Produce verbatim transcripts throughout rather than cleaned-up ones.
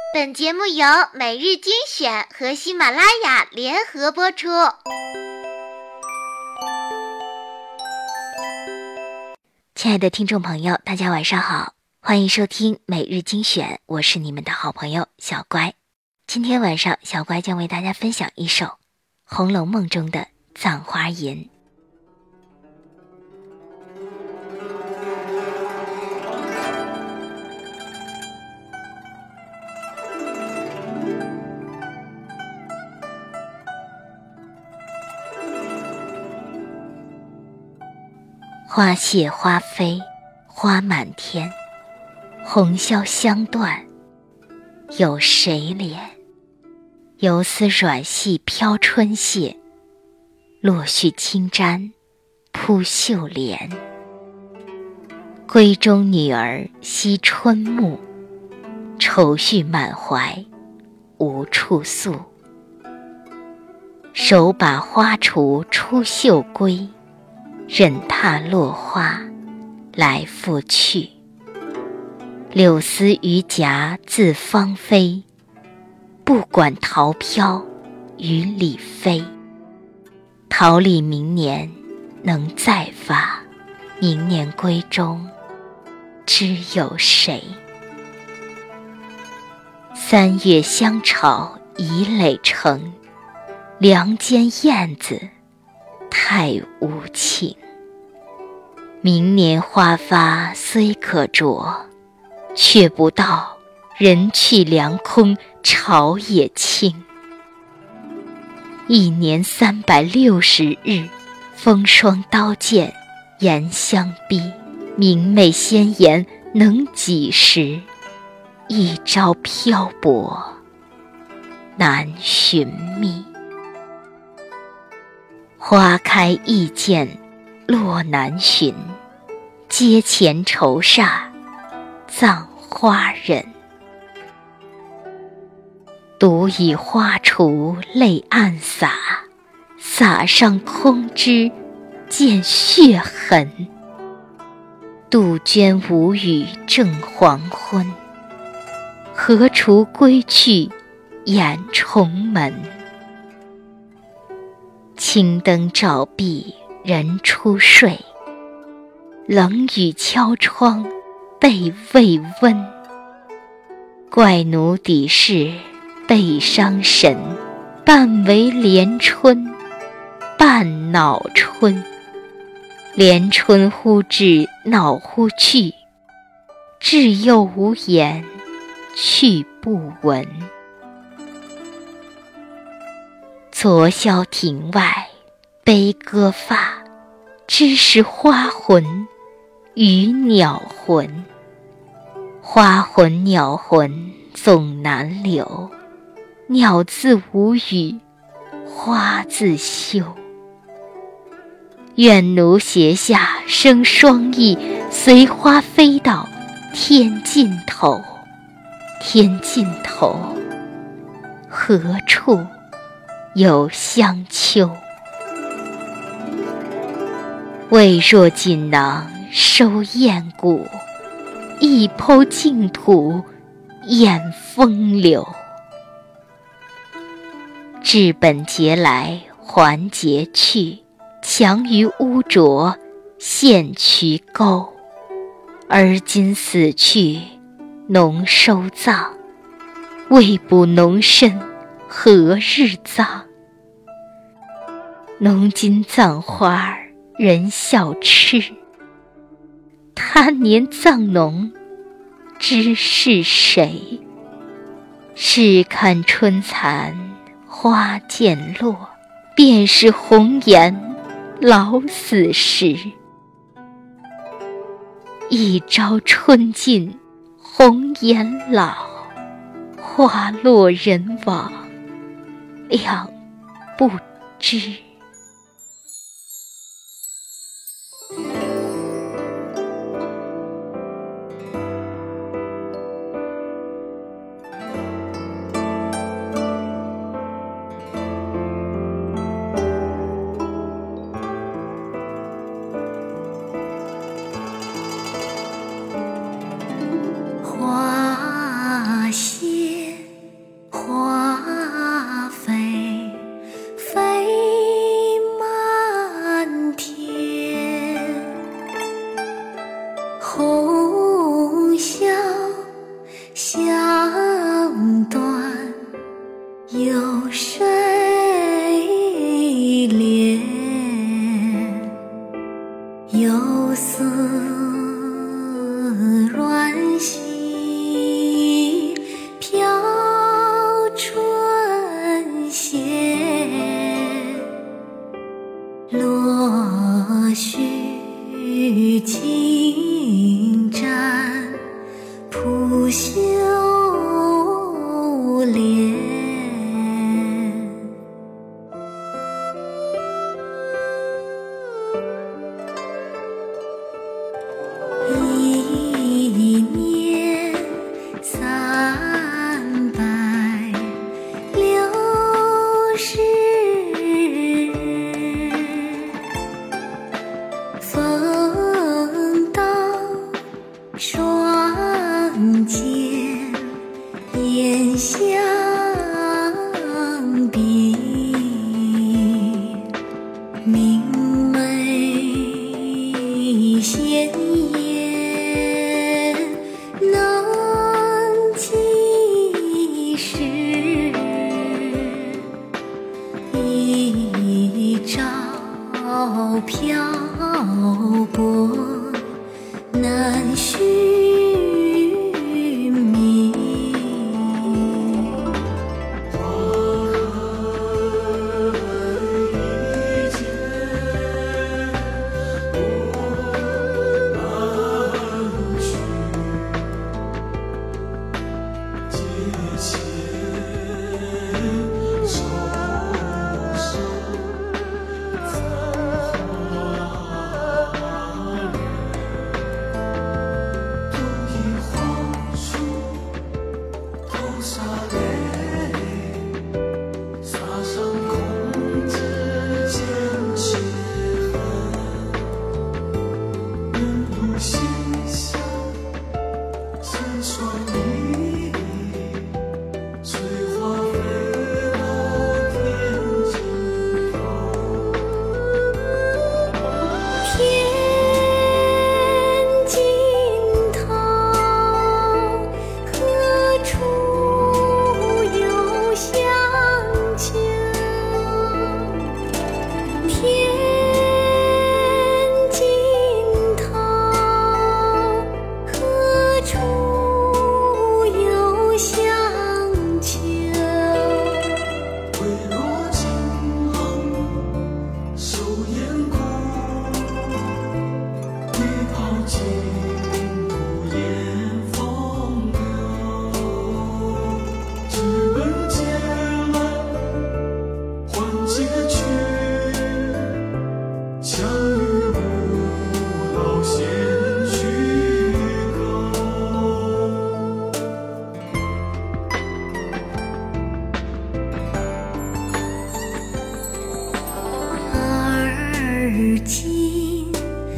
本节目由每日精选和喜马拉雅联合播出。亲爱的听众朋友，大家晚上好，欢迎收听每日精选，我是你们的好朋友小乖。今天晚上，小乖将为大家分享一首《红楼梦》中的《葬花吟》。花谢花飞花满天，红绡香断有谁怜？游丝软细飘春榭，落絮轻沾扑绣帘。闺中女儿惜春暮，愁绪满怀无处诉。手把花锄出绣归，任踏落花来复去。柳丝于颊自芳菲，不管桃飘与李飞。桃李明年能再发，明年闺中知有谁？三月香草已垒成，梁间燕子太无情。明年花发虽可着，却不到人去凉空朝野清。一年三百六十日，风霜刀剑严相逼。明媚鲜颜能几时？一朝漂泊难寻觅。花开易见落难寻，阶前愁煞葬花人。独以花锄泪暗洒，洒上空枝见血痕。杜鹃无语正黄昏，何处归去掩重门？青灯照壁人初睡，冷雨敲窗被未温。怪奴抵是背伤神，半为连春半恼春。连春忽至恼忽去，至又无言去不闻。昨宵庭外悲歌发，知是花魂与鸟魂。花魂鸟魂总难留，鸟自无语，花自休。愿奴斜下生双翼，随花飞到天尽头。天尽头，何处有香丘？未若锦囊收雁骨，一抔净土掩风流。治本节来还节去，强于污浊陷渠沟。而今死去农收葬，未卜农身何日葬？农今葬花人笑痴，他年葬农知是谁？试看春残花渐落，便是红颜老死时。一朝春尽红颜老，花落人亡两不知。花谢不修炼，一年三百六十日，逢到双肩眼相比，明媚鲜艳能几时，一朝漂泊难寻觅。而今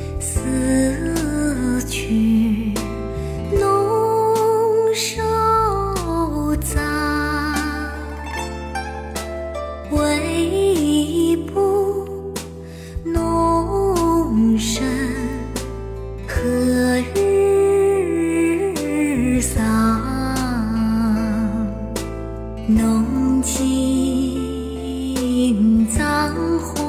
思去浓收杂，微不浓深何日丧，浓尽葬花